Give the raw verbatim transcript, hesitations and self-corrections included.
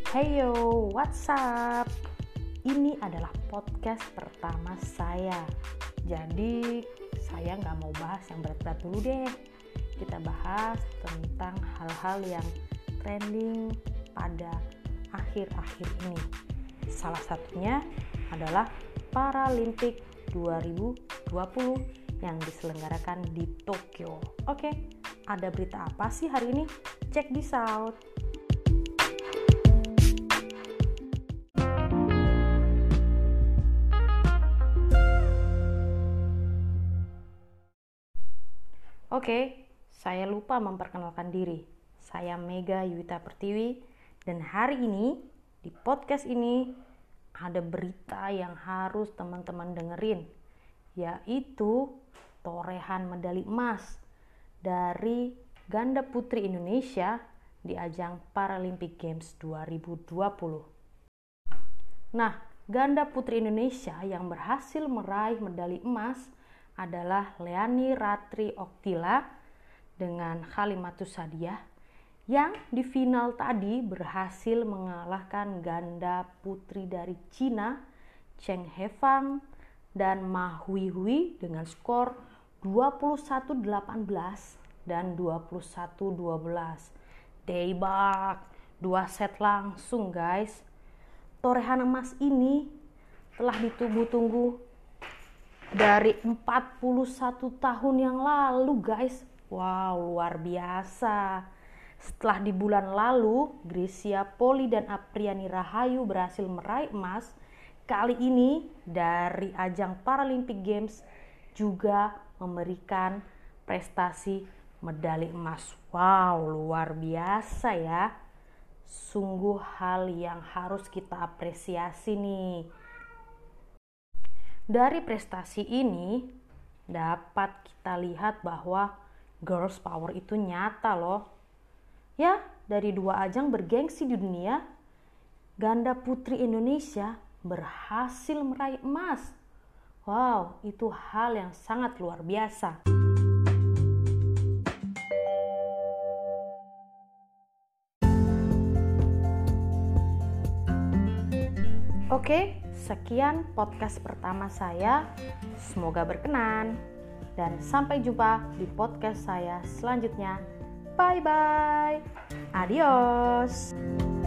Heyo, what's up? Ini adalah podcast pertama saya. Jadi saya gak mau bahas yang berat-berat dulu deh. Kita bahas tentang hal-hal yang trending pada akhir-akhir ini. Salah satunya adalah Paralimpik dua ribu dua puluh yang diselenggarakan di Tokyo. Oke, ada berita apa sih hari ini? Check this out. Oke, saya lupa memperkenalkan diri. Saya Mega Yuwita Pertiwi dan hari ini di podcast ini ada berita yang harus teman-teman dengerin, yaitu torehan medali emas dari ganda putri Indonesia di ajang Paralympic Games dua ribu dua puluh. Nah, ganda putri Indonesia yang berhasil meraih medali emas adalah Leani Ratri Oktila dengan Halimatus Sadiah yang di final tadi berhasil mengalahkan ganda putri dari Cina Cheng Hefang dan Ma Huihui dengan skor dua puluh satu delapan belas dan dua puluh satu dua belas. Deibak, dua set langsung guys. Torehan emas ini telah ditunggu-tunggu dari empat puluh satu tahun yang lalu guys. Wow, luar biasa. Setelah di bulan lalu Grisia Poli dan Apriani Rahayu berhasil meraih emas, kali ini dari ajang Paralympic Games juga memberikan prestasi medali emas. Wow, luar biasa ya. Sungguh hal yang harus kita apresiasi nih. Dari prestasi ini dapat kita lihat bahwa girls power itu nyata loh. Ya, dari dua ajang bergengsi di dunia, ganda putri Indonesia berhasil meraih emas. Wow, itu hal yang sangat luar biasa. Oke, sekian podcast pertama saya. Semoga berkenan. Dan sampai jumpa di podcast saya selanjutnya. Bye-bye. Adios.